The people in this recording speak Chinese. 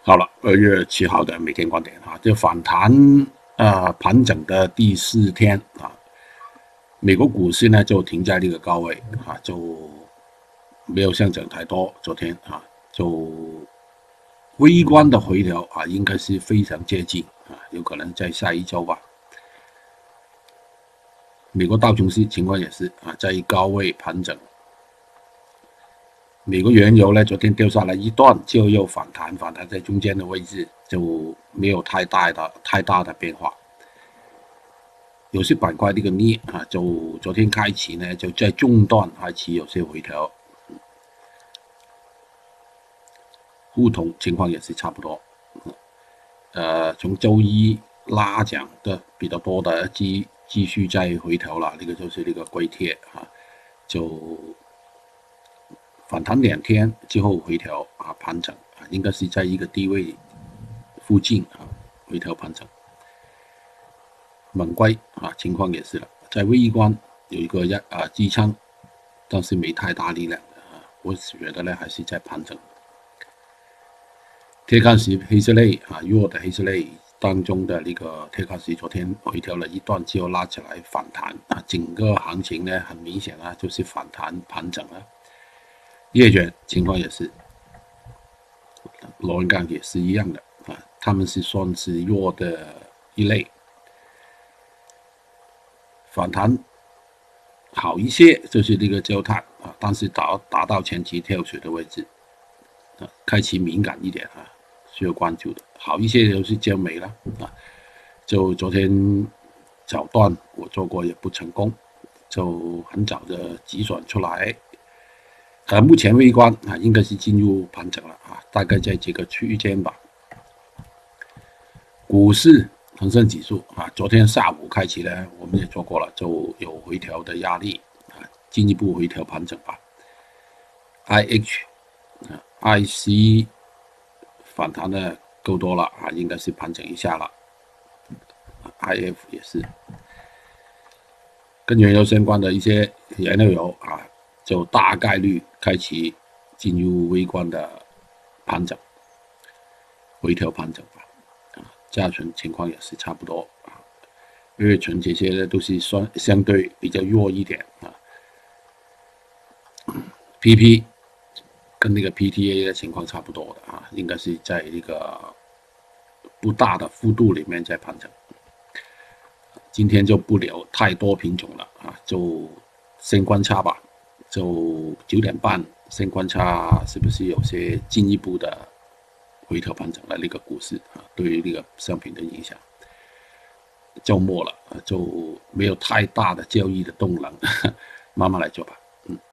好了，2月7号的每天观点啊，就反弹盘整的第4天啊，美国股市呢就停在这个高位啊，就没有上涨太多。昨天啊，就微观的回调啊，应该是非常接近啊，有可能在下一周吧。美国道琼斯情况也是啊，在高位盘整。美国原油呢，昨天掉下来一段，就又反弹，反弹在中间的位置，就没有太大的变化。有些板块这个镍啊，就昨天开启呢，就在中段开启有些回调。沪铜情况也是差不多。从周一拉涨的比较多的继续再回调了，那个就是那个硅铁啊，就反弹2天之后回调啊，盘整啊，应该是在一个低位附近啊，回调盘整。猛硅啊，情况也是了，在微观有一个支撑，但是没太大力量的啊，我觉得呢还是在盘整。铁矿石黑色类啊，弱的黑色类当中的那个铁矿石，昨天回调了一段之后拉起来反弹啊，整个行情呢很明显啊，就是反弹盘整啊。页卷情况也是，螺纹钢也是一样的啊，他们是算是弱的一类，反弹好一些就是这个焦炭啊，但是达到前期跳水的位置啊，开启敏感一点啊，需要关注的。好一些就是焦煤了啊，就昨天早段我做过也不成功，就很早的止损出来。目前微观啊，应该是进入盘整了啊，大概在这个区间吧。股市恒生指数啊，昨天下午开启呢，我们也做过了，就有回调的压力啊，进一步回调盘整吧。IC 反弹的够多了啊，应该是盘整一下了。IF 也是，跟原油相关的一些原料油啊，就大概率开启进入微观的盘整，回调盘整吧。价存情况也是差不多啊，月存这些呢都是相对比较弱一点啊。PP 跟那个 PTA 的情况差不多的啊，应该是在一个不大的幅度里面在盘整。今天就不聊太多品种了啊，就先观察吧。就9点半先观察是不是有些进一步的回调盘整的那个股市啊，对于那个商品的影响。周末了啊，就没有太大的交易的动能，慢慢来做吧。